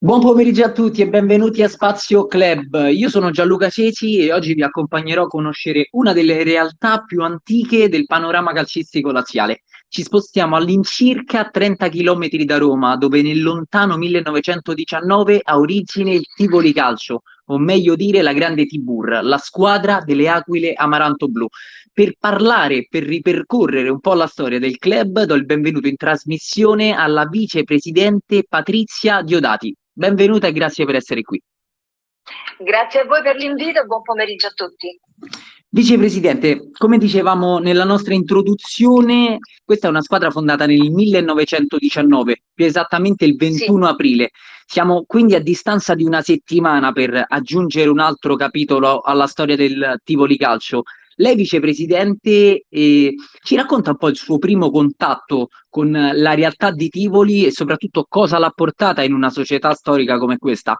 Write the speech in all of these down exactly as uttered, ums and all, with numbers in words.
Buon pomeriggio a tutti e benvenuti a Spazio Club. Io sono Gianluca Ceci e oggi vi accompagnerò a conoscere una delle realtà più antiche del panorama calcistico laziale. Ci spostiamo all'incirca trenta chilometri da Roma, dove nel lontano millenovecentodiciannove ha origine il Tivoli Calcio, o meglio dire la Grande Tibur, la squadra delle Aquile Amaranto Blu. Per parlare, per ripercorrere un po' la storia del club, do il benvenuto in trasmissione alla vicepresidente Patrizia Diodati. Benvenuta e grazie per essere qui. Grazie a voi per l'invito e buon pomeriggio a tutti. Vicepresidente, come dicevamo nella nostra introduzione, questa è una squadra fondata nel millenovecentodiciannove, più esattamente il ventuno Sì. aprile. Siamo quindi a distanza di una settimana per aggiungere un altro capitolo alla storia del Tivoli Calcio. Lei, vicepresidente, eh, ci racconta un po' il suo primo contatto con la realtà di Tivoli e soprattutto cosa l'ha portata in una società storica come questa?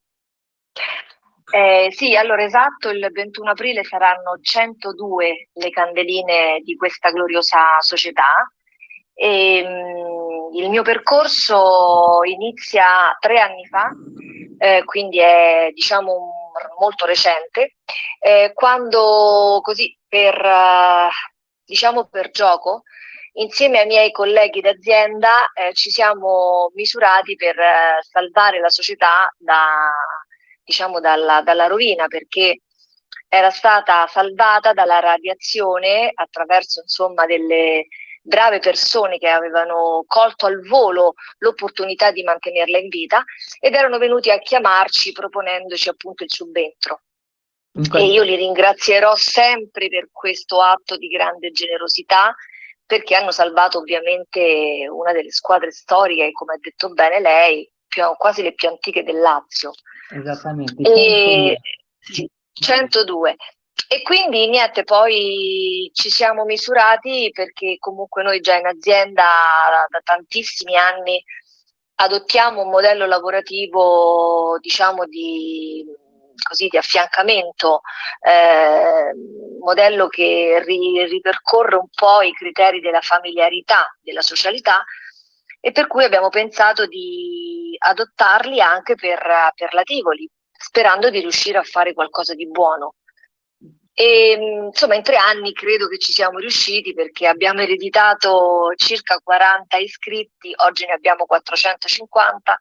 Eh, sì, allora esatto, il ventuno aprile saranno centodue le candeline di questa gloriosa società. E, mh, il mio percorso inizia tre anni fa, eh, quindi è diciamo un- molto recente, eh, quando così per, eh, diciamo per gioco, insieme ai miei colleghi d'azienda, eh, ci siamo misurati per eh, salvare la società da, diciamo, dalla, dalla rovina, perché era stata salvata dalla radiazione attraverso insomma delle brave persone che avevano colto al volo l'opportunità di mantenerla in vita ed erano venuti a chiamarci proponendoci appunto il subentro. E io li ringrazierò sempre per questo atto di grande generosità, perché hanno salvato ovviamente una delle squadre storiche, come ha detto bene lei, più, quasi le più antiche del Lazio. Esattamente, E, centodue. sì, centodue. E quindi niente, poi ci siamo misurati perché comunque noi già in azienda da, da tantissimi anni adottiamo un modello lavorativo, diciamo, di, così, di affiancamento, eh, modello che ri, ripercorre un po' i criteri della familiarità, della socialità, e per cui abbiamo pensato di adottarli anche per, per la Tivoli, sperando di riuscire a fare qualcosa di buono. E, insomma, in tre anni credo che ci siamo riusciti perché abbiamo ereditato circa quaranta iscritti, oggi ne abbiamo quattrocentocinquanta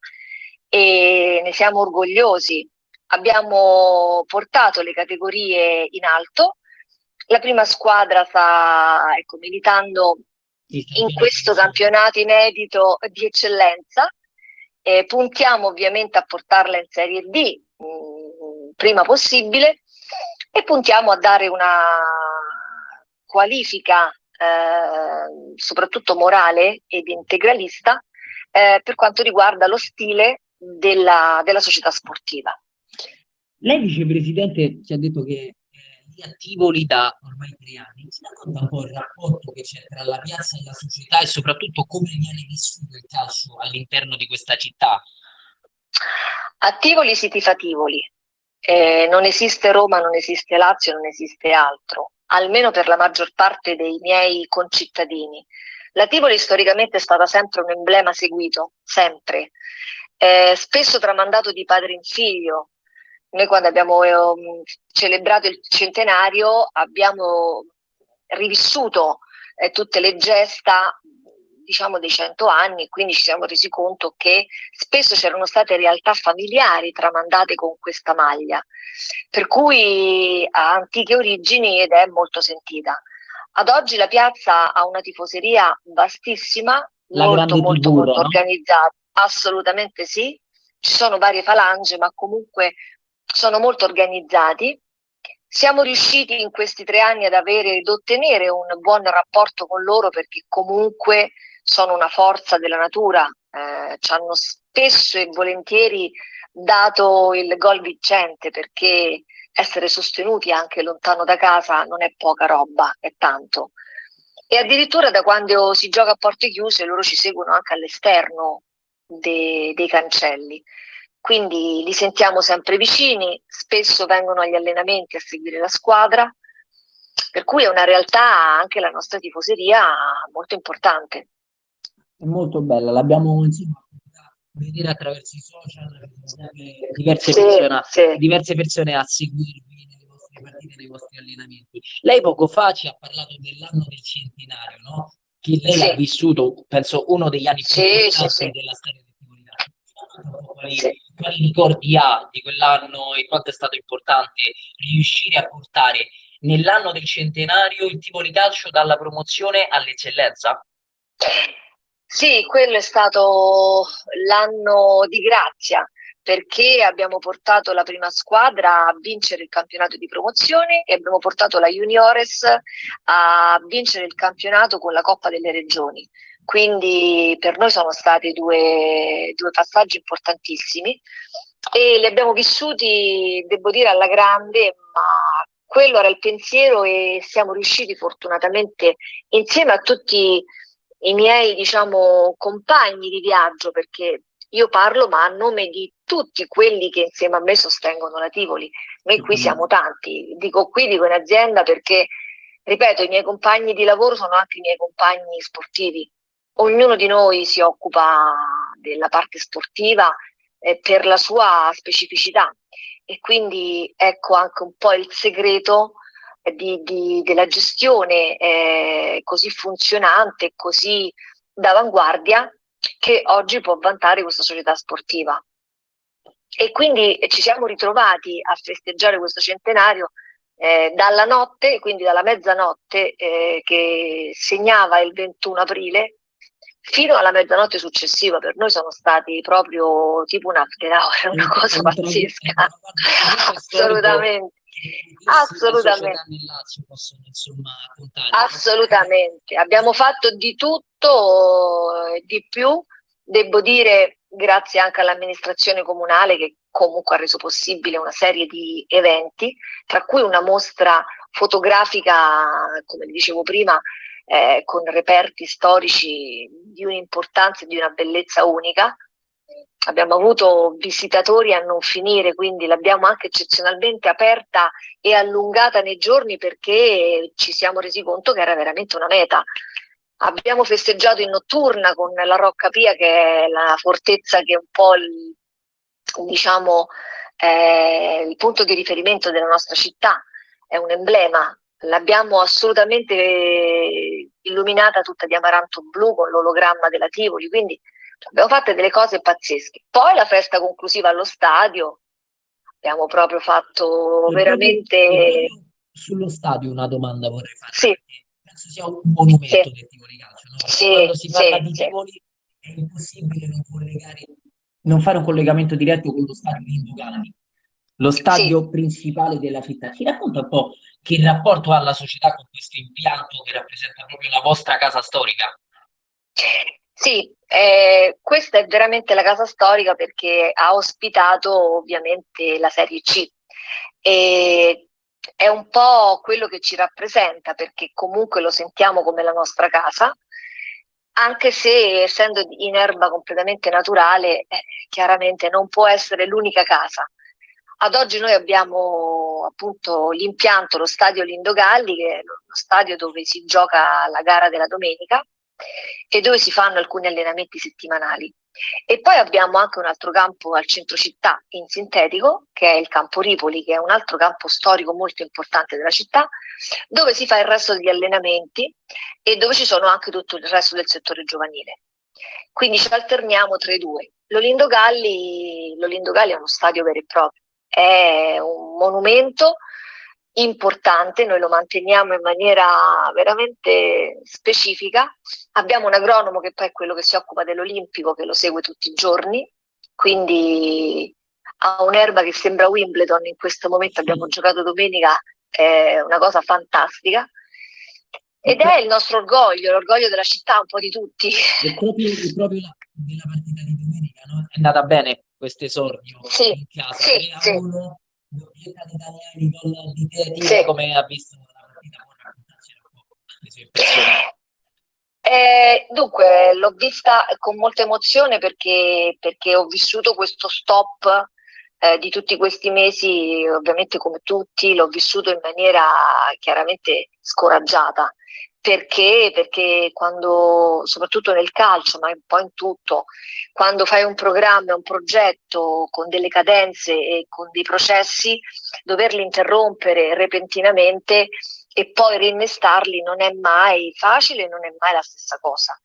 e ne siamo orgogliosi. Abbiamo portato le categorie in alto. La prima squadra sta, ecco, militando in questo campionato inedito di eccellenza. Eh, puntiamo ovviamente a portarla in Serie D mh, prima possibile e puntiamo a dare una qualifica eh, soprattutto morale ed integralista eh, per quanto riguarda lo stile della, della società sportiva. Lei, vicepresidente, ci ha detto che eh, lì a Tivoli da ormai tre anni. Ci racconta un po' il rapporto che c'è tra la piazza e la società e soprattutto come viene vissuto il calcio all'interno di questa città. A Tivoli si tifa Tivoli, eh, non esiste Roma, non esiste Lazio, non esiste altro, almeno per la maggior parte dei miei concittadini. La Tivoli storicamente è stata sempre un emblema seguito, sempre, eh, spesso tramandato di padre in figlio. Noi quando abbiamo eh, celebrato il centenario abbiamo rivissuto eh, tutte le gesta, diciamo, dei cento anni, quindi ci siamo resi conto che spesso c'erano state realtà familiari tramandate con questa maglia, per cui ha antiche origini ed è molto sentita. Ad oggi la piazza ha una tifoseria vastissima, La molto grande molto Tibur, molto no? organizzata, assolutamente sì. Ci sono varie falange, ma comunque sono molto organizzati. Siamo riusciti in questi tre anni ad avere ed ottenere un buon rapporto con loro perché comunque sono una forza della natura, eh, ci hanno spesso e volentieri dato il gol vincente perché essere sostenuti anche lontano da casa non è poca roba, è tanto. E addirittura da quando si gioca a porte chiuse loro ci seguono anche all'esterno de- dei cancelli. Quindi li sentiamo sempre vicini, spesso vengono agli allenamenti a seguire la squadra, per cui è una realtà anche la nostra tifoseria molto importante. È molto bella, l'abbiamo insieme. vedere attraverso i social diverse Sì, persone, sì, diverse persone a seguirvi nelle vostre partite, nei vostri allenamenti. Lei poco fa ci ha parlato dell'anno del centenario, no? Che lei ha sì, vissuto, penso, uno degli anni più sì, sì, importanti sì, della storia del Tivoli Calcio. Quali, sì. quali ricordi ha di quell'anno e quanto è stato importante riuscire a portare nell'anno del centenario il Tivoli Calcio dalla promozione all'eccellenza? Sì, quello è stato l'anno di grazia perché abbiamo portato la prima squadra a vincere il campionato di promozione e abbiamo portato la Juniores a vincere il campionato con la Coppa delle Regioni. Quindi per noi sono stati due, due passaggi importantissimi e li abbiamo vissuti, devo dire, alla grande, ma quello era il pensiero e siamo riusciti fortunatamente insieme a tutti i miei, diciamo, compagni di viaggio, perché io parlo ma a nome di tutti quelli che insieme a me sostengono la Tivoli. Noi qui siamo tanti, dico qui, dico in azienda perché, ripeto, i miei compagni di lavoro sono anche i miei compagni sportivi. Ognuno di noi si occupa della parte sportiva eh, per la sua specificità e quindi ecco anche un po' il segreto di, di, della gestione eh, così funzionante, così d'avanguardia che oggi può vantare questa società sportiva. E quindi ci siamo ritrovati a festeggiare questo centenario eh, dalla notte, quindi dalla mezzanotte eh, che segnava il ventuno aprile fino alla mezzanotte successiva. Per noi sono stati proprio tipo un after hour, una Un, cosa un tragu- pazzesca. eh, guarda, un traguardo storico Assolutamente, che pochissime società assolutamente. nel Lazio possono insomma contare, no? Assolutamente, abbiamo fatto di tutto e di più, devo dire grazie anche all'amministrazione comunale che comunque ha reso possibile una serie di eventi, tra cui una mostra fotografica, come dicevo prima, eh, con reperti storici di un'importanza e di una bellezza unica. Abbiamo avuto visitatori a non finire, quindi l'abbiamo anche eccezionalmente aperta e allungata nei giorni perché ci siamo resi conto che era veramente una meta. Abbiamo festeggiato in notturna con la Rocca Pia, che è la fortezza che è un po' il, diciamo, eh, il punto di riferimento della nostra città, è un emblema. L'abbiamo assolutamente illuminata tutta di amaranto blu con l'ologramma della Tivoli, quindi abbiamo fatto delle cose pazzesche. Poi la festa conclusiva allo stadio, abbiamo proprio fatto E proprio, e veramente... proprio sullo stadio una domanda vorrei farle, Sì, perché penso sia un sì, monumento del Tivoli Calcio, no? Cioè, quando sì, si parla sì, di sì, Tivoli è impossibile non collegare, non fare un collegamento diretto con lo stadio Lindo Galli, lo sì. stadio principale della città. Ci racconta un po' che rapporto ha la società con questo impianto che rappresenta proprio la vostra casa storica? Sì, eh, questa è veramente la casa storica perché ha ospitato ovviamente la Serie C e è un po' quello che ci rappresenta perché comunque lo sentiamo come la nostra casa, anche se essendo in erba completamente naturale, eh, chiaramente non può essere l'unica casa. Ad oggi noi abbiamo appunto l'impianto, lo stadio Lindo Galli, che è lo stadio dove si gioca la gara della domenica e dove si fanno alcuni allenamenti settimanali. E poi abbiamo anche un altro campo al centro città in sintetico, che è il campo Ripoli, che è un altro campo storico molto importante della città, dove si fa il resto degli allenamenti e dove ci sono anche tutto il resto del settore giovanile. Quindi ci alterniamo tra i due. L'Olindo Galli, L'Olindo Galli è uno stadio vero e proprio, è un monumento importante, noi lo manteniamo in maniera veramente specifica. Abbiamo un agronomo che poi è quello che si occupa dell'Olimpico, che lo segue tutti i giorni, quindi ha un'erba che sembra Wimbledon in questo momento, abbiamo giocato domenica, è una cosa fantastica. E, Ed è il nostro orgoglio, l'orgoglio della città, un po' di tutti. e proprio, e proprio la, della partita di domenica, no? È andata bene questo esordio Sì, in casa, sì, tre a sì, uno, doppietta di Danieli, gol di Teti. sì. Lei come ha visto la partita? Può raccontarci un po' le sue impressioni? Eh, dunque, l'ho vista con molta emozione perché, perché ho vissuto questo stop eh, di tutti questi mesi, ovviamente come tutti, l'ho vissuto in maniera chiaramente scoraggiata Perché? Perché quando, soprattutto nel calcio, ma un po' in tutto, quando fai un programma, un progetto con delle cadenze e con dei processi, doverli interrompere repentinamente e poi rinnestarli non è mai facile, non è mai la stessa cosa.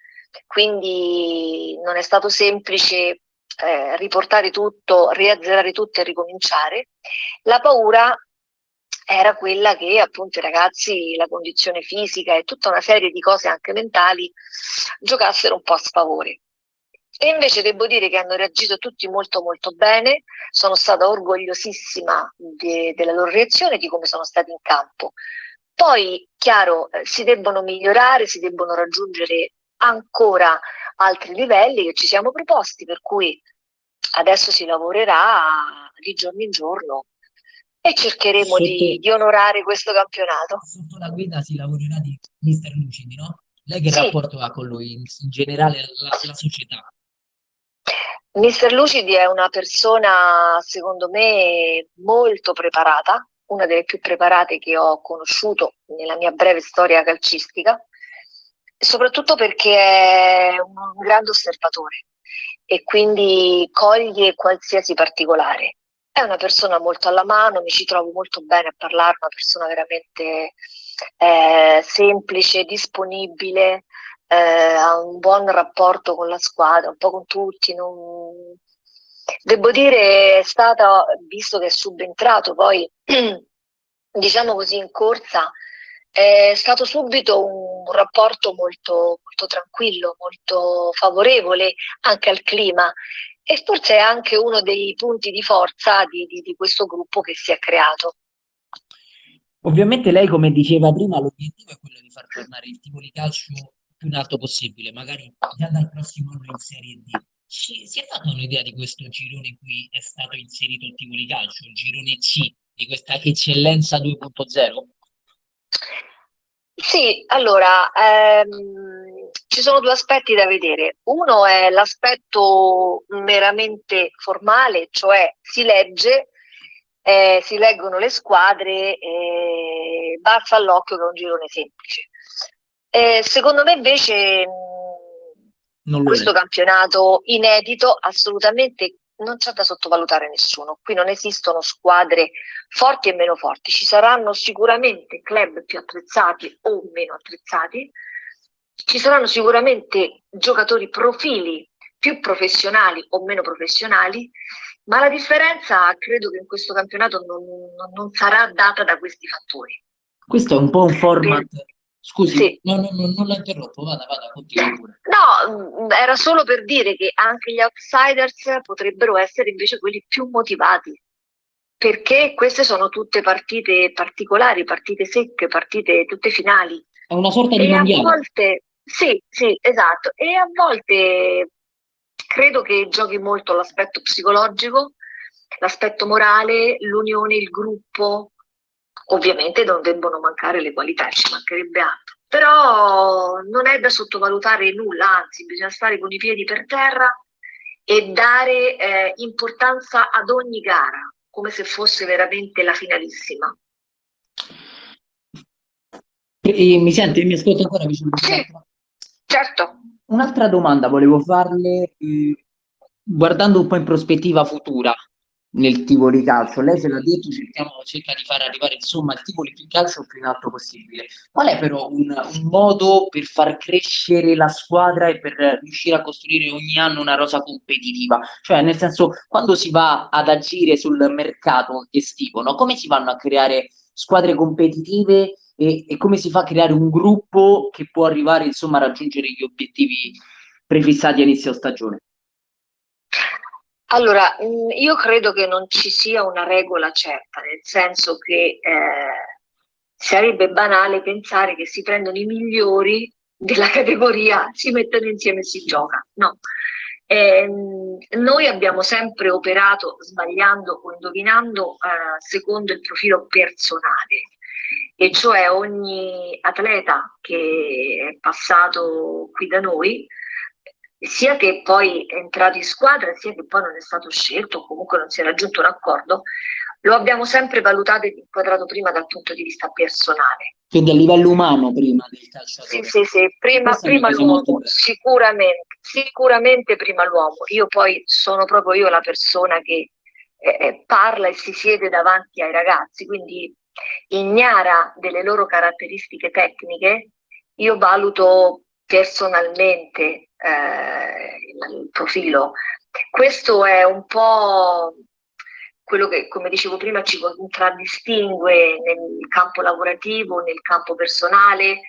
Quindi non è stato semplice eh, riportare tutto, riazzerare tutto e ricominciare. La paura era quella che appunto i ragazzi, la condizione fisica e tutta una serie di cose anche mentali giocassero un po' a sfavore. E invece devo dire che hanno reagito tutti molto molto bene, sono stata orgogliosissima de- della loro reazione, di come sono stati in campo. Poi, chiaro, eh, si debbono migliorare, si debbono raggiungere ancora altri livelli che ci siamo proposti, per cui adesso si lavorerà di giorno in giorno e cercheremo Sotto, di, di onorare questo campionato. sotto la guida si lavorerà di mister Lucidi, no? Lei che Sì, rapporto ha con lui, in, in generale la, la società? mister Lucidi è una persona, secondo me, molto preparata, una delle più preparate che ho conosciuto nella mia breve storia calcistica, soprattutto perché è un grande osservatore e quindi coglie qualsiasi particolare. È una persona molto alla mano, mi ci trovo molto bene a parlare, una persona veramente eh, semplice, disponibile, eh, ha un buon rapporto con la squadra, un po' con tutti. Non... Devo dire, è stata, visto che è subentrato poi, diciamo così, in corsa, è stato subito un rapporto molto, molto tranquillo, molto favorevole anche al clima e forse è anche uno dei punti di forza di, di, di questo gruppo che si è creato. Ovviamente lei, come diceva prima, l'obiettivo è quello di far tornare il Tivoli Calcio più in alto possibile, magari già dal prossimo anno in Serie D. Ci, si è fatta un'idea di questo girone in cui è stato inserito il Tivoli Calcio, il girone C, di questa eccellenza due punto zero? Sì, allora, ehm, ci sono due aspetti da vedere. Uno è l'aspetto meramente formale, cioè si legge, eh, si leggono le squadre e basta all'occhio che è un girone semplice. Eh, secondo me invece mh, Non lo questo è. campionato inedito assolutamente non c'è da sottovalutare nessuno. Qui non esistono squadre forti e meno forti. Ci saranno sicuramente club più attrezzati o meno attrezzati, ci saranno sicuramente giocatori profili più professionali o meno professionali, ma la differenza credo che in questo campionato non, non- non sarà data da questi fattori. Questo è un po' un Per- format. Scusi, sì. no, no, no, non la interrompo, vada, vada, continui pure. No, mh, era solo per dire che anche gli outsiders potrebbero essere invece quelli più motivati, perché queste sono tutte partite particolari, partite secche, partite tutte finali. È una sorta di E a mondiale. volte, sì, sì, esatto, e a volte credo che giochi molto l'aspetto psicologico, l'aspetto morale, l'unione, il gruppo. Ovviamente non debbono mancare le qualità, ci mancherebbe altro. Però non è da sottovalutare nulla, anzi, bisogna stare con i piedi per terra e dare eh, importanza ad ogni gara, come se fosse veramente la finalissima. E, mi sente? Mi ascolta ancora vicino al Sì, microfono? certo. Un'altra domanda volevo farle, eh, guardando un po' in prospettiva futura nel Tivoli Calcio. Lei se l'ha detto, cerchiamo, cerca di far arrivare insomma il Tivoli Calcio il più in alto possibile. Qual è però un, un modo per far crescere la squadra e per riuscire a costruire ogni anno una rosa competitiva? Cioè, nel senso, quando si va ad agire sul mercato estivo, no? Come si vanno a creare squadre competitive e, e come si fa a creare un gruppo che può arrivare insomma a raggiungere gli obiettivi prefissati a inizio stagione? Allora, mh, io credo che non ci sia una regola certa, nel senso che eh, sarebbe banale pensare che si prendono i migliori della categoria, si mettono insieme e si gioca. No. Ehm, noi abbiamo sempre operato sbagliando o indovinando eh, secondo il profilo personale, e cioè ogni atleta che è passato qui da noi, sia che poi è entrato in squadra, sia che poi non è stato scelto o comunque non si è raggiunto un accordo, lo abbiamo sempre valutato e inquadrato prima dal punto di vista personale. Quindi a livello umano prima del Sì, calciatore. sì, sì, prima, Questa è una prima cosa molto l'uomo, bella. sicuramente, sicuramente prima l'uomo. Io poi sono proprio io la persona che eh, eh, parla e si siede davanti ai ragazzi, quindi ignara delle loro caratteristiche tecniche, io valuto personalmente eh, il, il profilo. Questo è un po' quello che, come dicevo prima, ci contraddistingue nel campo lavorativo, nel campo personale,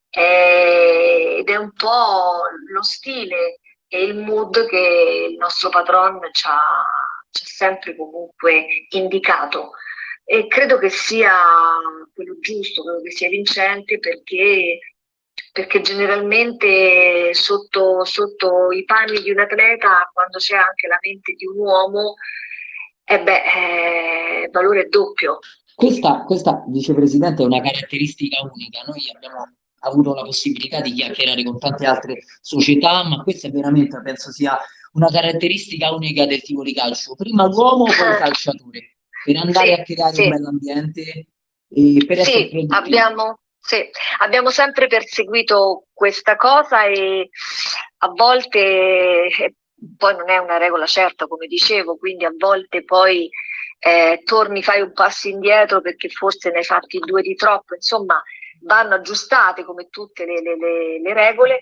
eh, ed è un po' lo stile e il mood che il nostro patron ci ha, ci ha sempre comunque indicato. E credo che sia quello giusto, credo che sia vincente, perché, perché generalmente sotto, sotto i panni di un atleta, quando c'è anche la mente di un uomo, eh beh, eh, il valore è doppio. Questa, questa, vicepresidente, è una caratteristica unica. Noi abbiamo avuto la possibilità di chiacchierare con tante altre società, ma questa è veramente, penso sia una caratteristica unica del tipo di calcio. Prima l'uomo, poi il calciatore, per andare Sì, a creare un sì. bell'ambiente e per essere Sì, produttivi. abbiamo, sì, abbiamo sempre perseguito questa cosa e a volte, eh, poi non è una regola certa, come dicevo, quindi a volte poi eh, torni, fai un passo indietro perché forse ne hai fatti due di troppo, insomma, vanno aggiustate come tutte le, le- le- le regole,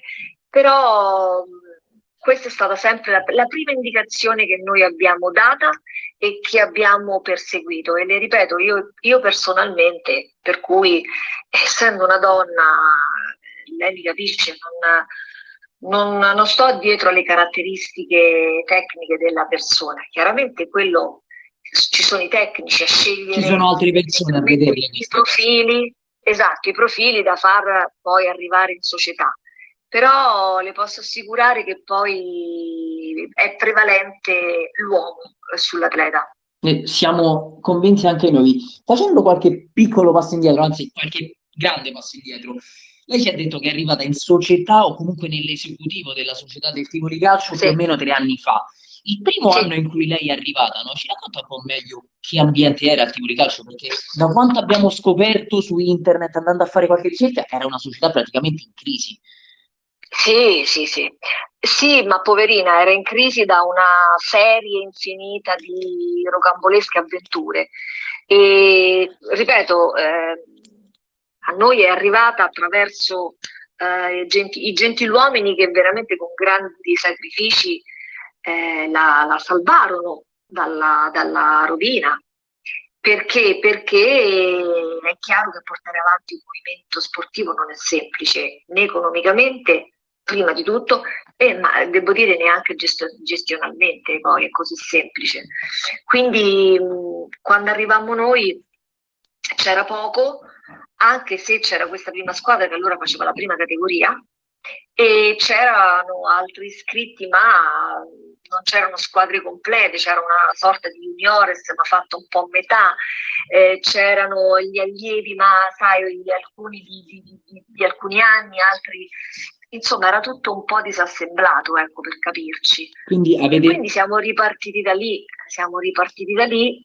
però mh, questa è stata sempre la, la prima indicazione che noi abbiamo data e che abbiamo perseguito. E le ripeto, io, io personalmente, per cui essendo una donna, lei mi capisce, non, non, non sto dietro alle caratteristiche tecniche della persona. Chiaramente quello, ci sono i tecnici a scegliere, Ci sono altre persone a vederle i queste cose. profili, esatto, i profili da far poi arrivare in società. Però le posso assicurare che poi è prevalente l'uomo sull'atleta. Ne siamo convinti anche noi. Facendo qualche piccolo passo indietro, anzi qualche grande passo indietro, lei ci ha detto che è arrivata in società o comunque nell'esecutivo della società del Tivoli Calcio Sì. più o meno tre anni fa. Il primo Sì. anno in cui lei è arrivata, no? Ci racconta un po' meglio che ambiente era il Tivoli Calcio, perché da quanto abbiamo scoperto su internet andando a fare qualche ricerca, era una società praticamente in crisi. Sì, sì, sì. Sì, ma poverina, era in crisi da una serie infinita di rocambolesche avventure. E ripeto, eh, a noi è arrivata attraverso eh, genti- i gentiluomini che veramente con grandi sacrifici eh, la, la salvarono dalla, dalla rovina. Perché? Perché è chiaro che portare avanti un movimento sportivo non è semplice, né economicamente, prima di tutto, e, ma devo dire neanche gestio- gestionalmente, poi è così semplice. Quindi mh, quando arrivammo noi c'era poco, anche se c'era questa prima squadra che allora faceva la prima categoria, e c'erano altri iscritti, ma non c'erano squadre complete, c'era una sorta di juniores, ma fatto un po' a metà, eh, c'erano gli allievi, ma sai, gli alcuni di, di, di, di alcuni anni, altri, insomma, era tutto un po' disassemblato, ecco, per capirci. Quindi avete... E quindi siamo ripartiti da lì, siamo ripartiti da lì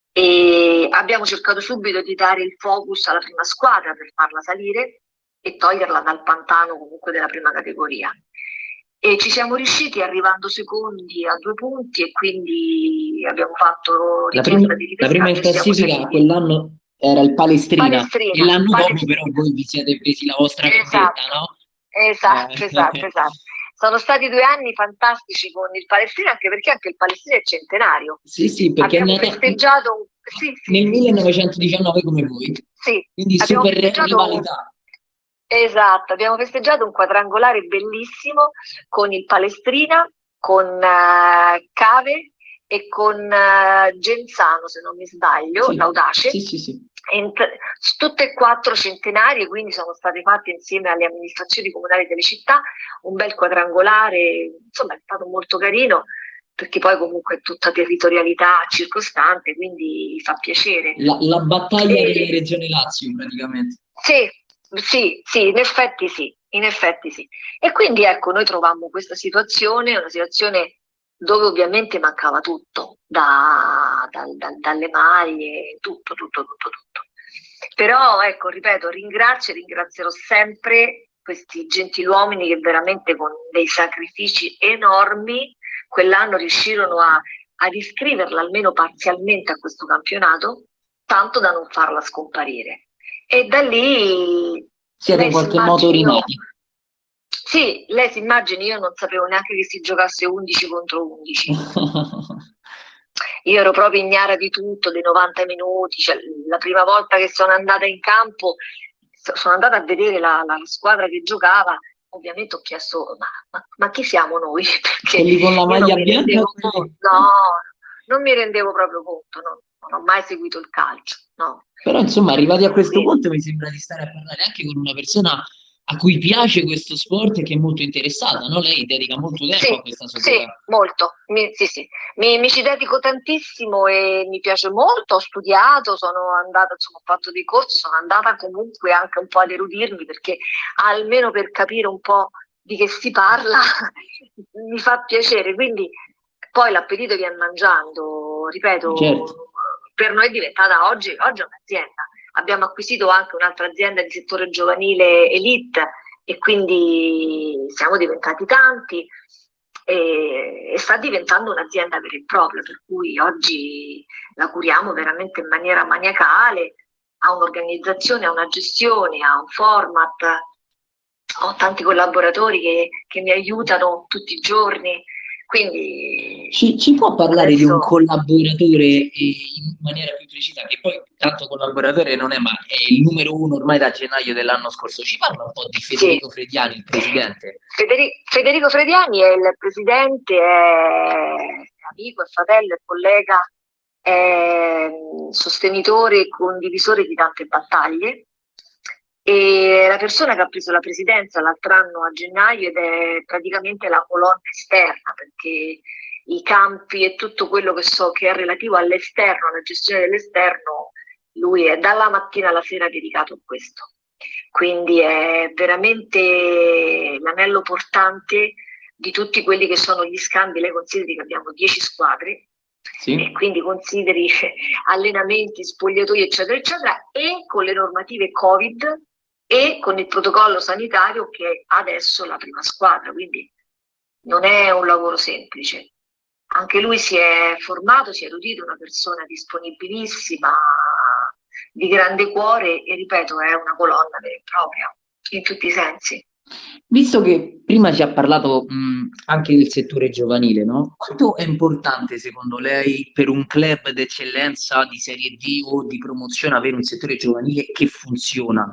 e abbiamo cercato subito di dare il focus alla prima squadra per farla salire e toglierla dal pantano comunque della prima categoria. E ci siamo riusciti arrivando secondi a due punti e quindi abbiamo fatto La richiesta prima, di la prima in ripescaggio e siamo classifica saliti. quell'anno era il Palestrina, Palestrina, e l'anno dopo Palestrina. però voi vi siete presi la vostra vendetta, Esatto, no? esatto, Eh. esatto, esatto. Sono stati due anni fantastici con il Palestrina, anche perché anche il Palestrina è centenario. Sì, sì, perché Abbiamo è nata festeggiato sì, sì, nel sì, millenovecentodiciannove come voi, sì. quindi Abbiamo super festeggiato rivalità. Esatto, abbiamo festeggiato un quadrangolare bellissimo con il Palestrina, con uh, Cave e con uh, Genzano, se non mi sbaglio, Sì, l'Audace. sì, sì, sì. Ent- tutte e quattro centenarie, quindi sono state fatte insieme alle amministrazioni comunali delle città, un bel quadrangolare, insomma è stato molto carino, perché poi comunque è tutta territorialità circostante, quindi fa piacere. La, la battaglia E... della Regione Lazio praticamente. Sì, sì, sì, in effetti sì, in effetti sì. E quindi ecco, noi trovammo questa situazione, una situazione dove ovviamente mancava tutto, da, da, da, dalle maglie, tutto, tutto, tutto, tutto. Però ecco, ripeto, ringrazio e ringrazierò sempre questi gentiluomini che veramente con dei sacrifici enormi quell'anno riuscirono a, a riscriverla almeno parzialmente a questo campionato, tanto da non farla scomparire. E da lì siete in qualche modo rimati. Sì, lei si immagini, io non sapevo neanche che si giocasse undici contro undici. Io ero proprio ignara di tutto, dei novanta minuti, cioè, la prima volta che sono andata in campo, sono andata a vedere la, la squadra che giocava, ovviamente ho chiesto, ma, ma, ma chi siamo noi? Perché quelli con la maglia bianca? No, non mi rendevo proprio conto, no, non ho mai seguito il calcio, no. Però insomma, arrivati a questo punto mi sembra di stare a parlare anche con una persona a cui piace questo sport e che è molto interessata, no? Lei dedica molto tempo sì, a questa società. Sì, molto, mi, sì, sì. Mi, mi ci dedico tantissimo e mi piace molto, ho studiato, sono andata, insomma, ho fatto dei corsi, sono andata comunque anche un po' ad erudirmi perché almeno per capire un po' di che si parla mi fa piacere, quindi poi l'appetito viene mangiando, ripeto, certo. Per noi è diventata oggi, oggi è un'azienda. Abbiamo acquisito anche un'altra azienda di settore giovanile elite e quindi siamo diventati tanti e, e sta diventando un'azienda vera e propria, per cui oggi la curiamo veramente in maniera maniacale, ha un'organizzazione, ha una gestione, ha un format, ho tanti collaboratori che, che mi aiutano tutti i giorni. Quindi ci, ci può parlare adesso... di un collaboratore in maniera più precisa, che poi tanto collaboratore non è, ma è il numero uno ormai da gennaio dell'anno scorso. Ci parla un po' di Federico sì. Frediani, il presidente? Federico, Federico Frediani è il presidente, è amico, è fratello, è collega, è sostenitore e condivisore di tante battaglie. E la persona che ha preso la presidenza l'altro anno a gennaio ed è praticamente la colonna esterna, perché i campi e tutto quello che so che è relativo all'esterno, alla gestione dell'esterno, lui è dalla mattina alla sera dedicato a questo. Quindi è veramente l'anello portante di tutti quelli che sono gli scambi. Lei consideri che abbiamo dieci squadre, sì. E quindi consideri allenamenti, spogliatoi, eccetera, eccetera, e con le normative Covid e con il protocollo sanitario che è adesso la prima squadra, quindi non è un lavoro semplice. Anche lui si è formato, si è erudito, una persona disponibilissima, di grande cuore e ripeto è una colonna vera e propria in tutti i sensi. Visto che prima ci ha parlato mh, anche del settore giovanile, no? Quanto è importante secondo lei per un club d'eccellenza di Serie D o di promozione avere un settore giovanile che funziona?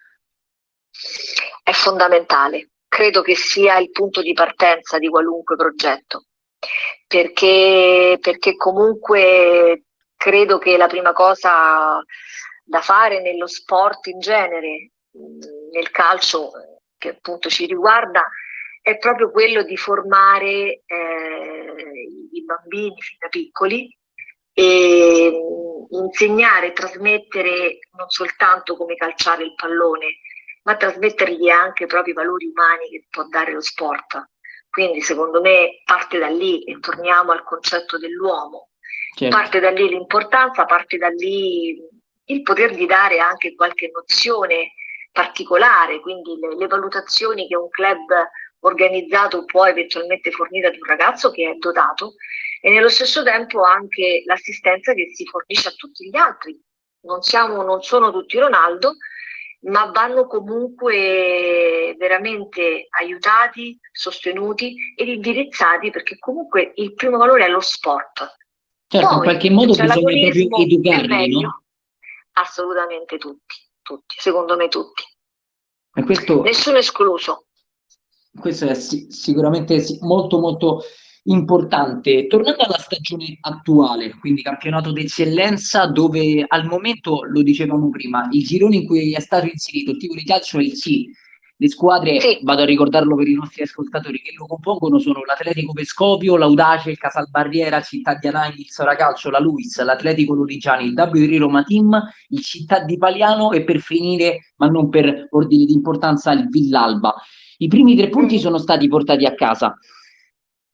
È fondamentale, credo che sia il punto di partenza di qualunque progetto, perché, perché comunque credo che la prima cosa da fare nello sport in genere, nel calcio che appunto ci riguarda, è proprio quello di formare eh, i bambini fin da piccoli e insegnare, trasmettere non soltanto come calciare il pallone, ma trasmettergli anche proprio i valori umani che può dare lo sport. Quindi secondo me parte da lì e torniamo al concetto dell'uomo. Certo. Parte da lì l'importanza, parte da lì il potergli dare anche qualche nozione particolare, quindi le, le valutazioni che un club organizzato può eventualmente fornire ad un ragazzo che è dotato e nello stesso tempo anche l'assistenza che si fornisce a tutti gli altri. Non, siamo, non sono tutti Ronaldo, ma vanno comunque veramente aiutati, sostenuti ed indirizzati perché comunque il primo valore è lo sport. Certo, Poi, in qualche modo bisogna proprio educarli, no? Assolutamente tutti, tutti, secondo me tutti. E questo, Nessuno escluso. Questo è sì, sicuramente sì, molto molto importante. Tornando alla stagione attuale, quindi campionato d'eccellenza, dove al momento, lo dicevamo prima, il girone in cui è stato inserito il Tivoli Calcio è il C. Le squadre, sì. Vado a ricordarlo per i nostri ascoltatori, che lo compongono sono l'Atletico Vescovio, l'Audace, il Casalbarriera, Città di Anagni, il Sora Calcio, la Luis, l'Atletico Lodigiani, il W tre Roma Team, il Città di Paliano e per finire, ma non per ordine di importanza, il Villalba. I primi tre punti sono stati portati a casa.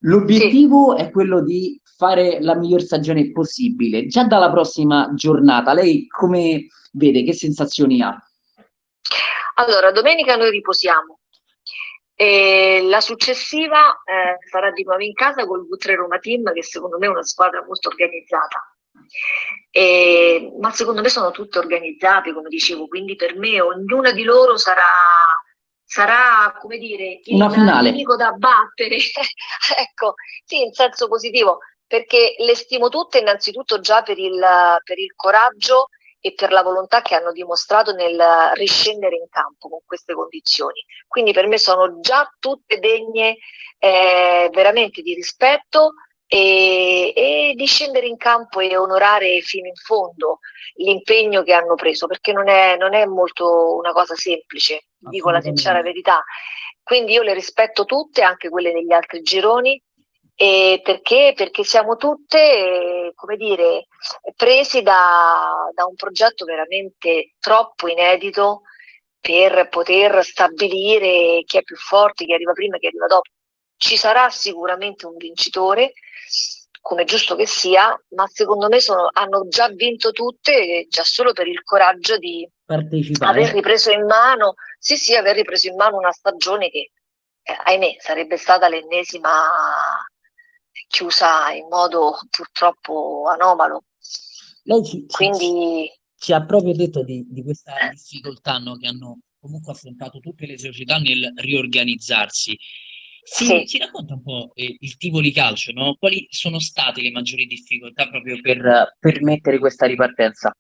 L'obiettivo è quello di fare la miglior stagione possibile. Già dalla prossima giornata, lei come vede, che sensazioni ha? Allora, domenica noi riposiamo. E la successiva eh, sarà di nuovo in casa col V tre Roma Team, che secondo me è una squadra molto organizzata. E- ma secondo me sono tutte organizzate, come dicevo, quindi per me ognuna di loro sarà, sarà come dire, il Una finale. nemico da battere. Ecco, sì, in senso positivo, perché le stimo tutte innanzitutto già per il, per il coraggio e per la volontà che hanno dimostrato nel riscendere in campo con queste condizioni. Quindi per me sono già tutte degne eh, veramente di rispetto e, e di scendere in campo e onorare fino in fondo l'impegno che hanno preso, perché non è, non è molto una cosa semplice, dico la sincera Assolutamente. verità. Quindi io le rispetto tutte, anche quelle degli altri gironi, e perché? Perché siamo tutte, eh, come dire, presi da, da un progetto veramente troppo inedito per poter stabilire chi è più forte, chi arriva prima, chi arriva dopo. Ci sarà sicuramente un vincitore, come è giusto che sia, ma secondo me sono- hanno già vinto tutte, eh, già solo per il coraggio di aver Partecipare. ripreso in mano, sì sì, aver ripreso in mano una stagione che, eh, ahimè, sarebbe stata l'ennesima chiusa in modo purtroppo anomalo. Lei ci, ci- Quindi ci ha proprio detto di, di questa difficoltà, no, che hanno comunque affrontato tutte le società nel riorganizzarsi. Si, sì. ci racconta un po' eh, il Tivoli Calcio, no? Quali sono state le maggiori difficoltà proprio per permettere questa ripartenza?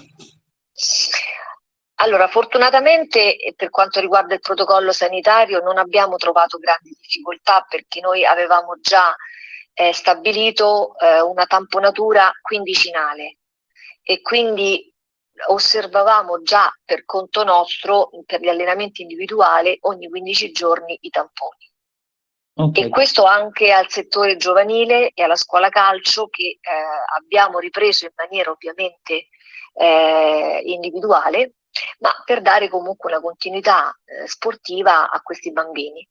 Allora, fortunatamente eh, per quanto riguarda il protocollo sanitario non abbiamo trovato grandi difficoltà perché noi avevamo già eh, stabilito eh, una tamponatura quindicinale e quindi osservavamo già per conto nostro per gli allenamenti individuali ogni quindici giorni i tamponi. Ok. E questo anche al settore giovanile e alla scuola calcio che eh, abbiamo ripreso in maniera ovviamente eh, individuale, ma per dare comunque una continuità eh, sportiva a questi bambini.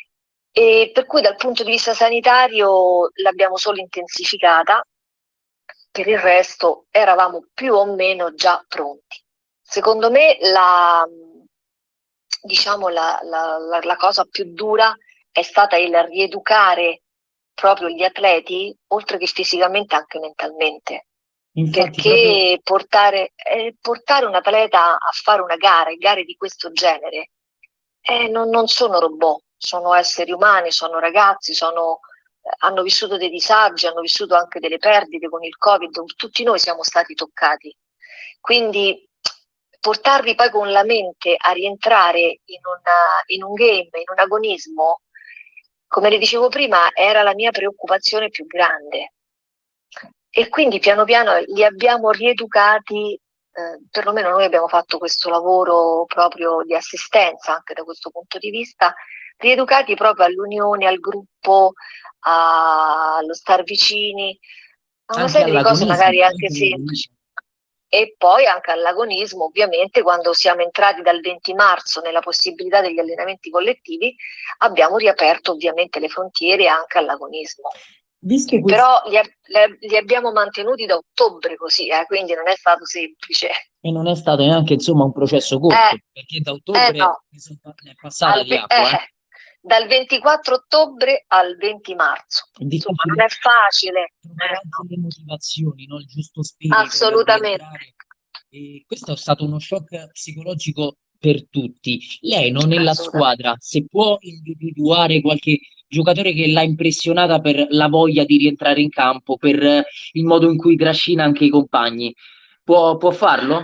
E per cui dal punto di vista sanitario l'abbiamo solo intensificata, per il resto eravamo più o meno già pronti. Secondo me la, diciamo, la, la, la, la cosa più dura è stata il rieducare proprio gli atleti, oltre che fisicamente anche mentalmente, Infatti, proprio perché portare, eh, portare un atleta a fare una gara, gare di questo genere, eh, non, non sono robot, sono esseri umani, sono ragazzi, sono, eh, hanno vissuto dei disagi, hanno vissuto anche delle perdite con il Covid, tutti noi siamo stati toccati. Quindi portarli poi con la mente a rientrare in, una, in un game, in un agonismo, come le dicevo prima, era la mia preoccupazione più grande. E quindi piano piano li abbiamo rieducati, eh, perlomeno noi abbiamo fatto questo lavoro proprio di assistenza anche da questo punto di vista, rieducati proprio all'unione, al gruppo, a- allo star vicini, a una anche serie di cose all'agonismo, magari anche anche semplici. all'agonismo. E poi anche all'agonismo, ovviamente, quando siamo entrati dal venti marzo nella possibilità degli allenamenti collettivi, abbiamo riaperto ovviamente le frontiere anche all'agonismo. Visto questo, Però li, ab- li abbiamo mantenuti da ottobre così, eh, quindi non è stato semplice. e non è stato neanche insomma un processo Eh, corto, perché da eh ottobre no, ne, son pa- ne è passata al di ve- acqua, eh. eh, dal ventiquattro ottobre al venti marzo. È Insomma, difficile non è facile. trovare Eh, anche no, le motivazioni, no? Il giusto spirito per assolutamente. rientrare. E questo è stato uno shock psicologico per tutti. Lei, non nella Assolutamente. squadra, se può individuare qualche giocatore che l'ha impressionata per la voglia di rientrare in campo, per eh, il modo in cui trascina anche i compagni, può, può farlo?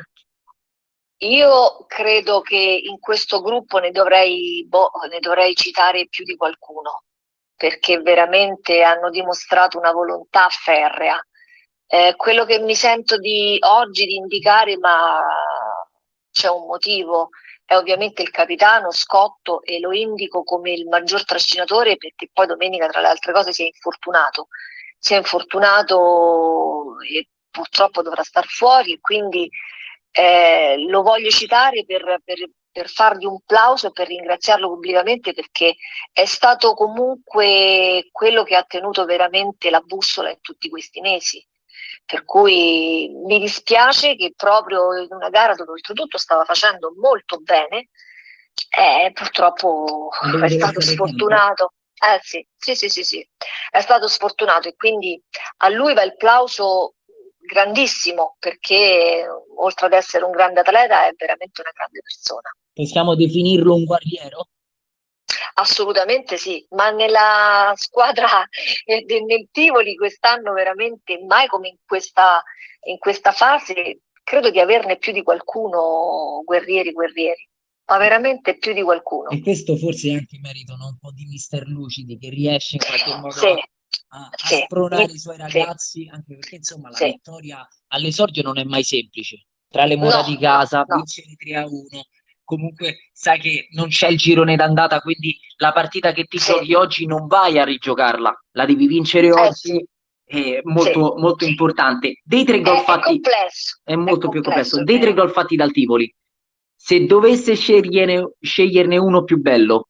Io credo che in questo gruppo ne dovrei, boh, ne dovrei citare più di qualcuno, perché veramente hanno dimostrato una volontà ferrea. Eh, quello che mi sento di oggi di indicare, ma c'è un motivo, è ovviamente il capitano Scotto e lo indico come il maggior trascinatore perché poi domenica, tra le altre cose, si è infortunato. Si è infortunato e purtroppo dovrà star fuori, quindi eh, lo voglio citare per, per, per fargli un plauso e per ringraziarlo pubblicamente, perché è stato comunque quello che ha tenuto veramente la bussola in tutti questi mesi. Per cui mi dispiace che proprio in una gara dove oltretutto stava facendo molto bene, eh, purtroppo è stato sfortunato. Eh sì, sì, sì, sì, sì, è stato sfortunato, e quindi a lui va il plauso grandissimo, perché oltre ad essere un grande atleta è veramente una grande persona. Possiamo definirlo un guerriero? Assolutamente sì, ma nella squadra eh, del nel Tivoli quest'anno veramente mai come in questa, in questa fase, credo di averne più di qualcuno guerrieri guerrieri, ma veramente più di qualcuno. E questo forse è anche merito, no? Un po' di mister Lucidi, che riesce in qualche modo Sì, a, a- a sì, spronare mi- i suoi sì, ragazzi, anche perché insomma la sì. vittoria all'esordio non è mai semplice. Tra le mura No, di no, casa, no. vincere tre a uno, comunque sai che non c'è il girone d'andata, quindi la partita che ti Sì, giochi oggi non vai a rigiocarla, la devi vincere eh sì, oggi, è sì. molto, molto importante. Dei tre gol È, è fatti, complesso, è è molto più complesso, complesso, è dei tre vero. gol fatti dal Tivoli, se dovesse sceglierne, sceglierne uno più bello.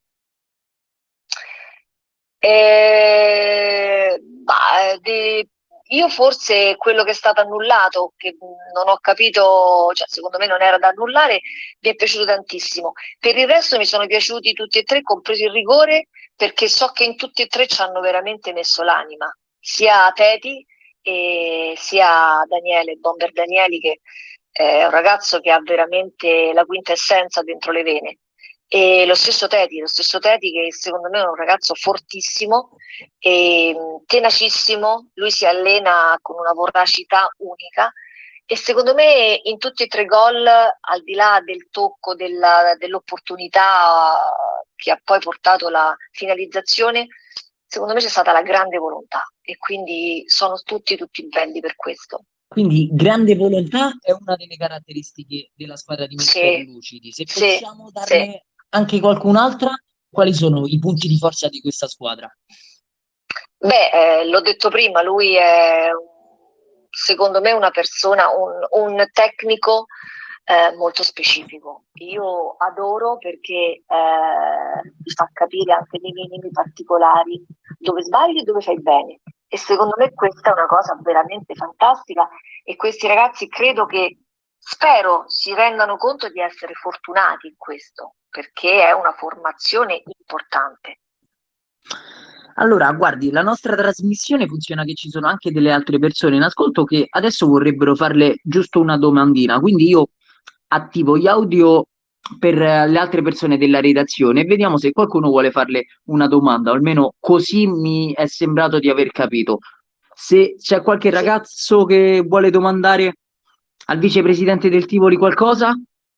Eh, ma, eh, di- io forse quello che è stato annullato, che mh, non ho capito, cioè secondo me non era da annullare, mi è piaciuto tantissimo. Per il resto mi sono piaciuti tutti e tre, compreso il rigore, perché so che in tutti e tre ci hanno veramente messo l'anima, sia Teti e sia Daniele, Bomber Danieli, che è un ragazzo che ha veramente la quintessenza dentro le vene. E lo stesso Teti, lo stesso Teti che secondo me è un ragazzo fortissimo e mh, tenacissimo, lui si allena con una voracità unica, e secondo me in tutti e tre i gol, al di là del tocco della- dell'opportunità che ha poi portato la finalizzazione, secondo me c'è stata la grande volontà, e quindi sono tutti tutti belli per questo. Quindi grande volontà è una delle caratteristiche della squadra di mister Sì, Lucidi. Se sì, possiamo sì. darne anche qualcun'altra, quali sono i punti di forza di questa squadra? Beh, eh, l'ho detto prima, lui è un- secondo me una persona, un, un tecnico eh, molto specifico. Io adoro perché eh, ti fa capire anche nei minimi particolari dove sbagli e dove fai bene. E secondo me questa è una cosa veramente fantastica, e questi ragazzi credo che, spero, si rendano conto di essere fortunati in questo, perché è una formazione importante. Allora, guardi, la nostra trasmissione funziona che ci sono anche delle altre persone in ascolto che adesso vorrebbero farle giusto una domandina, quindi io attivo gli audio per eh, le altre persone della redazione e vediamo se qualcuno vuole farle una domanda, o almeno così mi è sembrato di aver capito. Se c'è qualche Sì. ragazzo che vuole domandare al vicepresidente del Tivoli qualcosa,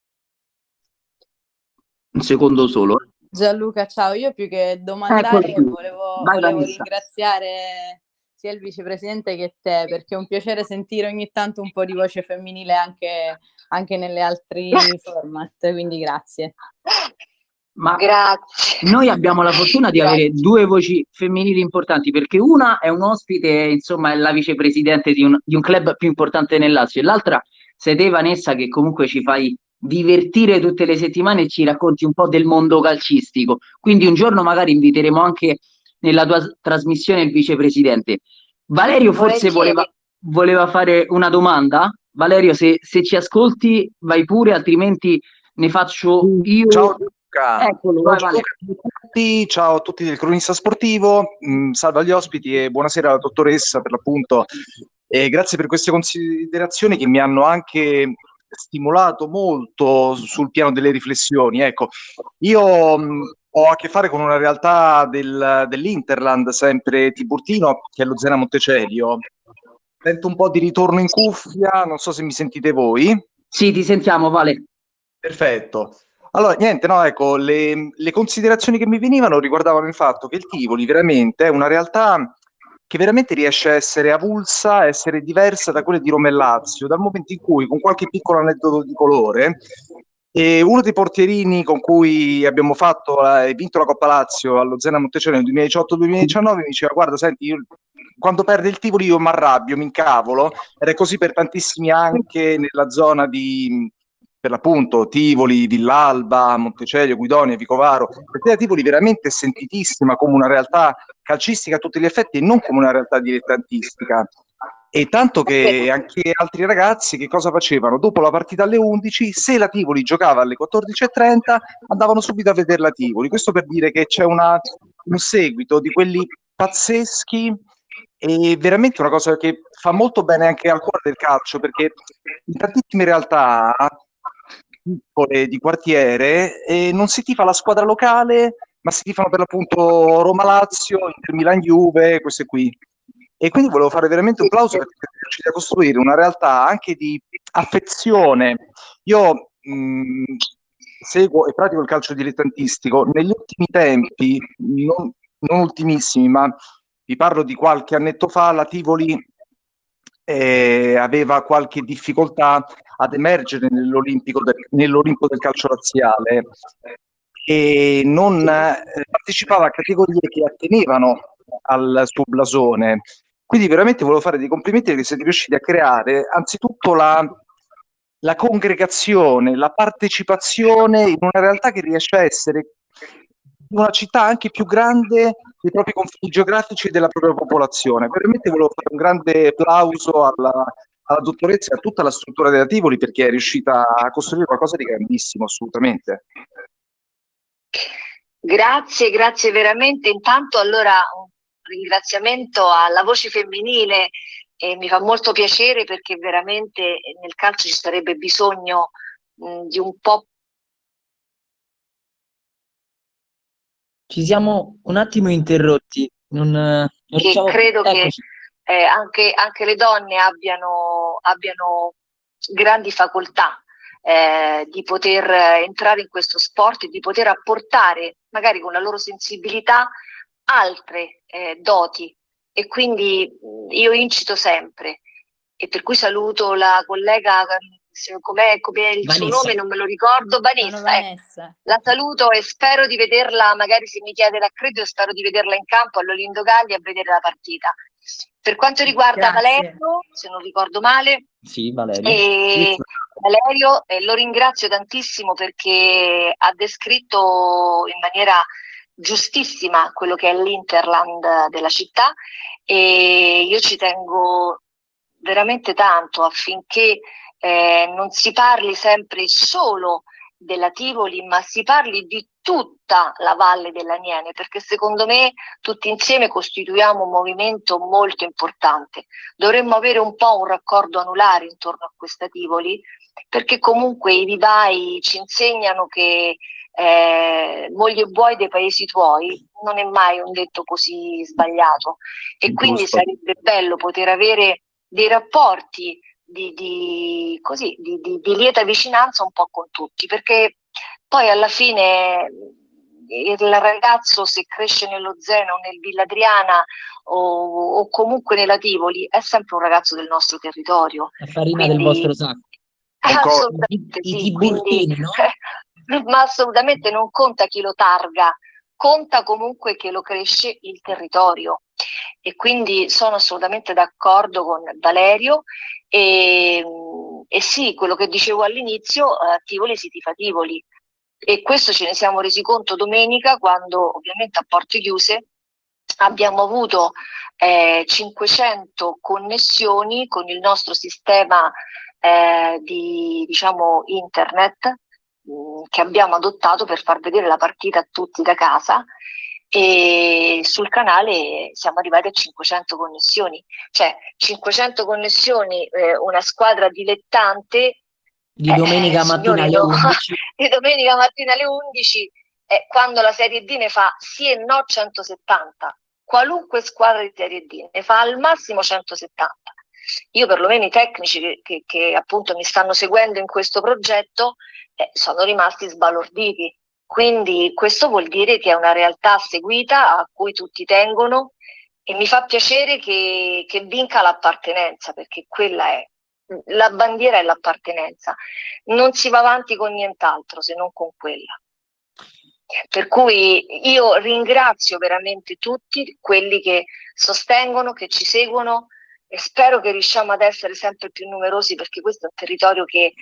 un secondo solo. Gianluca, ciao. Io più che Eccolo domandare qui. volevo, Vai volevo Vanessa. ringraziare sia il vicepresidente che te, perché è un piacere sentire ogni tanto un po' di voce femminile anche, anche nelle altri format, quindi grazie. Ma Grazie. noi abbiamo la fortuna di avere Grazie. due voci femminili importanti, perché una è un ospite, insomma, è la vicepresidente di un, di un club più importante nel Lazio, e l'altra sei te, Vanessa, che comunque ci fai divertire tutte le settimane e ci racconti un po' del mondo calcistico. Quindi un giorno magari inviteremo anche nella tua trasmissione il vicepresidente. Valerio forse voleva, Volentieri. voleva fare una domanda. Valerio, se, se ci ascolti, vai pure, altrimenti ne faccio io. Ciao Luca, Eccolo, ciao vai Vale. Gianluca, ciao a tutti, ciao a tutti del cronista sportivo, mm, salve agli ospiti e buonasera alla dottoressa per l'appunto. E grazie per queste considerazioni che mi hanno anche stimolato molto sul piano delle riflessioni. Ecco, io mh, ho a che fare con una realtà del, dell'Interland, sempre Tiburtino, che è lo Zena Montecelio. Sento un po' di ritorno in cuffia, non so se mi sentite voi. Sì, ti sentiamo, Vale. Perfetto. Allora, niente, no, ecco, le, le considerazioni che mi venivano riguardavano il fatto che il Tivoli veramente è una realtà che veramente riesce a essere avulsa, a essere diversa da quelle di Roma e Lazio, dal momento in cui, con qualche piccolo aneddoto di colore, e uno dei portierini con cui abbiamo fatto e vinto la Coppa Lazio allo Zena Montecelio nel duemiladiciotto duemiladiciannove mi diceva: guarda, senti, io, quando perde il Tivoli io mi arrabbio, mi incavolo, ed è così per tantissimi anche nella zona di per l'appunto Tivoli, Villalba, Montecelio, Guidonia, Vicovaro, partita Tivoli veramente sentitissima come una realtà calcistica a tutti gli effetti e non come una realtà dilettantistica. E tanto che anche altri ragazzi che cosa facevano? Dopo la partita alle undici, se la Tivoli giocava alle quattordici e trenta, andavano subito a vedere la Tivoli. Questo per dire che c'è una, un seguito di quelli pazzeschi e veramente una cosa che fa molto bene anche al cuore del calcio, perché in tantissime realtà piccole di quartiere e non si tifa la squadra locale, ma si tifano per l'appunto Roma-Lazio, Inter Milan-Juve, queste qui. E quindi volevo fare veramente un plauso perché siete riusciti a costruire una realtà anche di affezione. Io mh, seguo e pratico il calcio dilettantistico. Negli ultimi tempi, non, non ultimissimi, ma vi parlo di qualche annetto fa, la Tivoli eh, aveva qualche difficoltà ad emergere nell'Olimpico del, nell'Olimpo del calcio razziale e non eh, partecipava a categorie che attenevano al suo blasone. Quindi veramente volevo fare dei complimenti perché siete riusciti a creare anzitutto la, la congregazione, la partecipazione in una realtà che riesce a essere una città anche più grande dei propri confini geografici e della propria popolazione. Veramente volevo fare un grande applauso alla, alla dottoressa e a tutta la struttura della Tivoli perché è riuscita a costruire qualcosa di grandissimo, assolutamente. Grazie, grazie veramente. Intanto allora un ringraziamento alla voce femminile e mi fa molto piacere perché veramente nel calcio ci sarebbe bisogno mh, di un po'. Ci siamo un attimo interrotti, non, non Che riusciamo più. credo che Eccoci. eh, anche, anche le donne abbiano, abbiano grandi facoltà eh, di poter entrare in questo sport e di poter apportare magari con la loro sensibilità altre eh, doti e quindi mh, io incito sempre e per cui saluto la collega, se- com'è, com'è il suo Vanessa. nome, non me lo ricordo, Vanessa, Sono ecco. Vanessa. La saluto e spero di vederla, magari se mi chiede l'accredito, spero di vederla in campo all'Olindo Galli a vedere la partita. Per quanto riguarda Grazie. Valerio, se non ricordo male, Sì, Valerio. e Valerio eh, lo ringrazio tantissimo perché ha descritto in maniera giustissima quello che è l'Interland della città e io ci tengo veramente tanto affinché eh, non si parli sempre solo della Tivoli, ma si parli di tutta la Valle dell'Aniene, perché secondo me tutti insieme costituiamo un movimento molto importante. Dovremmo avere un po' un raccordo anulare intorno a questa Tivoli, perché comunque i vivai ci insegnano che eh, moglie e buoi dei paesi tuoi non è mai un detto così sbagliato e quindi Giusto. sarebbe bello poter avere dei rapporti di, di, così, di, di, di lieta vicinanza un po' con tutti, perché poi alla fine il ragazzo se cresce nello Zeno, nel Villa Adriana o, o comunque nella Tivoli è sempre un ragazzo del nostro territorio. La farina Quindi, del vostro sacco. Ecco, assolutamente I, i sì, quindi, tiburtini, no? ma assolutamente non conta chi lo targa, conta comunque che lo cresce il territorio e quindi sono assolutamente d'accordo con Valerio e, e sì, quello che dicevo all'inizio, eh, Tivoli si tifa Tivoli e questo ce ne siamo resi conto domenica quando ovviamente a porte chiuse abbiamo avuto eh, cinquecento connessioni con il nostro sistema eh, di diciamo internet mh, che abbiamo adottato per far vedere la partita a tutti da casa e sul canale siamo arrivati a cinquecento connessioni, cioè cinquecento connessioni, eh, una squadra dilettante Di domenica eh, mattina signori, alle no, undici. di domenica mattina alle undici eh, quando la Serie D ne fa sì e no centosettanta, qualunque squadra di Serie D ne fa al massimo centosettanta. Io perlomeno i tecnici che, che, che appunto mi stanno seguendo in questo progetto eh, sono rimasti sbalorditi. Quindi questo vuol dire che è una realtà seguita a cui tutti tengono e mi fa piacere che, che vinca l'appartenenza, perché quella è, la bandiera è l'appartenenza. Non si va avanti con nient'altro se non con quella. Per cui io ringrazio veramente tutti quelli che sostengono, che ci seguono e spero che riusciamo ad essere sempre più numerosi perché questo è un territorio che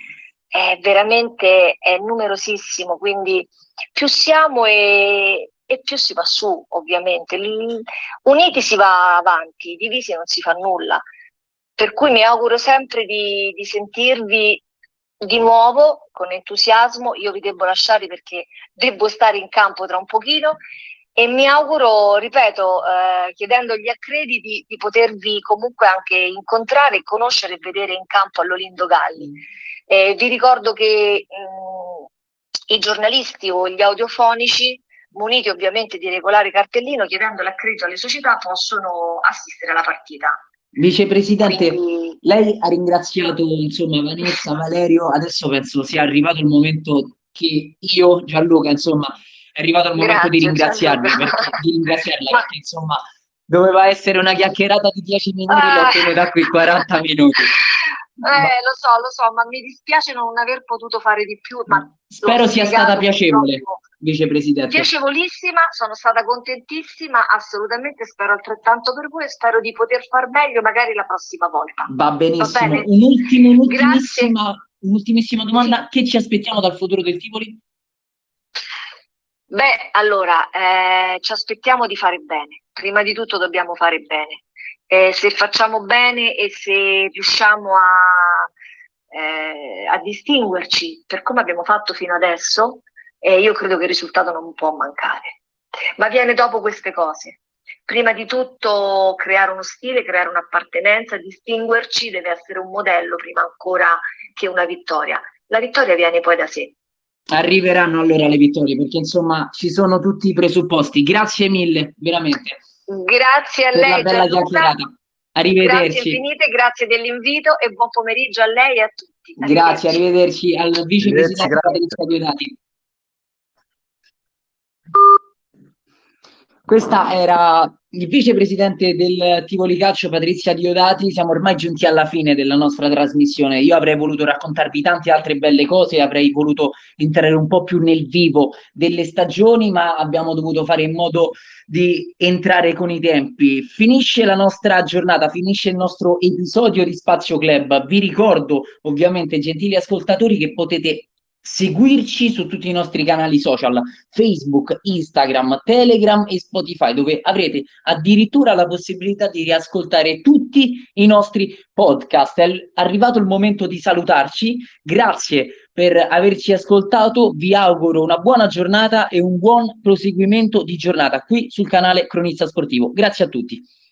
è veramente è numerosissimo, quindi più siamo e, e più si va su, ovviamente. L- uniti si va avanti, divisi non si fa nulla. Per cui mi auguro sempre di, di sentirvi di nuovo con entusiasmo. Io vi devo lasciare perché devo stare in campo tra un pochino e mi auguro, ripeto, eh, chiedendo gli accrediti, di potervi comunque anche incontrare, conoscere e vedere in campo all'Olindo Galli. Eh, vi ricordo che mh, i giornalisti o gli audiofonici, muniti ovviamente di regolare cartellino, chiedendo l'accredito alle società, possono assistere alla partita. Vicepresidente, Quindi... lei ha ringraziato insomma Vanessa, Valerio, adesso penso sia arrivato il momento che io, Gianluca, insomma, è arrivato il momento di Grazie, ringraziarvi, Gianluca. perché, di ringraziarla Ma... perché insomma doveva essere una chiacchierata di dieci minuti, l'ho Ah. tenuta qui quaranta minuti. Eh, Ma... lo so, lo so, ma mi dispiace non aver potuto fare di più, ma spero sia stata spiegato, piacevole, purtroppo. Vicepresidente. Piacevolissima, sono stata contentissima, assolutamente, spero altrettanto per voi e spero di poter far meglio magari la prossima volta. Va benissimo. Va bene? Un ultimo, un'ultimissima, un'ultimissima domanda. Sì. Che ci aspettiamo dal futuro del Tivoli? Beh, allora, eh, ci aspettiamo di fare bene. Prima di tutto dobbiamo fare bene. Eh, se facciamo bene e se riusciamo a, eh, a distinguerci per come abbiamo fatto fino adesso, eh, io credo che il risultato non può mancare. Ma viene dopo queste cose. Prima di tutto creare uno stile, creare un'appartenenza, distinguerci deve essere un modello prima ancora che una vittoria. La vittoria viene poi da sé. Arriveranno allora le vittorie, perché insomma ci sono tutti i presupposti. Grazie mille, veramente. Grazie a per lei, la bella Gianluca. chiacchierata. Arrivederci. Grazie infinite, grazie dell'invito e buon pomeriggio a lei e a tutti. Grazie, arrivederci al vicepresidente Patrizia Diodati. Questa era il vicepresidente del Tivoli Calcio, Patrizia Diodati. Siamo ormai giunti alla fine della nostra trasmissione. Io avrei voluto raccontarvi tante altre belle cose, avrei voluto entrare un po' più nel vivo delle stagioni, ma abbiamo dovuto fare in modo di entrare con i tempi. Finisce la nostra giornata, finisce il nostro episodio di Spazio Club. Vi ricordo, ovviamente, gentili ascoltatori, che potete seguirci su tutti i nostri canali social, Facebook, Instagram, Telegram e Spotify, dove avrete addirittura la possibilità di riascoltare tutti i nostri podcast. È arrivato il momento di salutarci. Grazie per averci ascoltato, vi auguro una buona giornata e un buon proseguimento di giornata qui sul canale Cronista Sportivo. Grazie a tutti.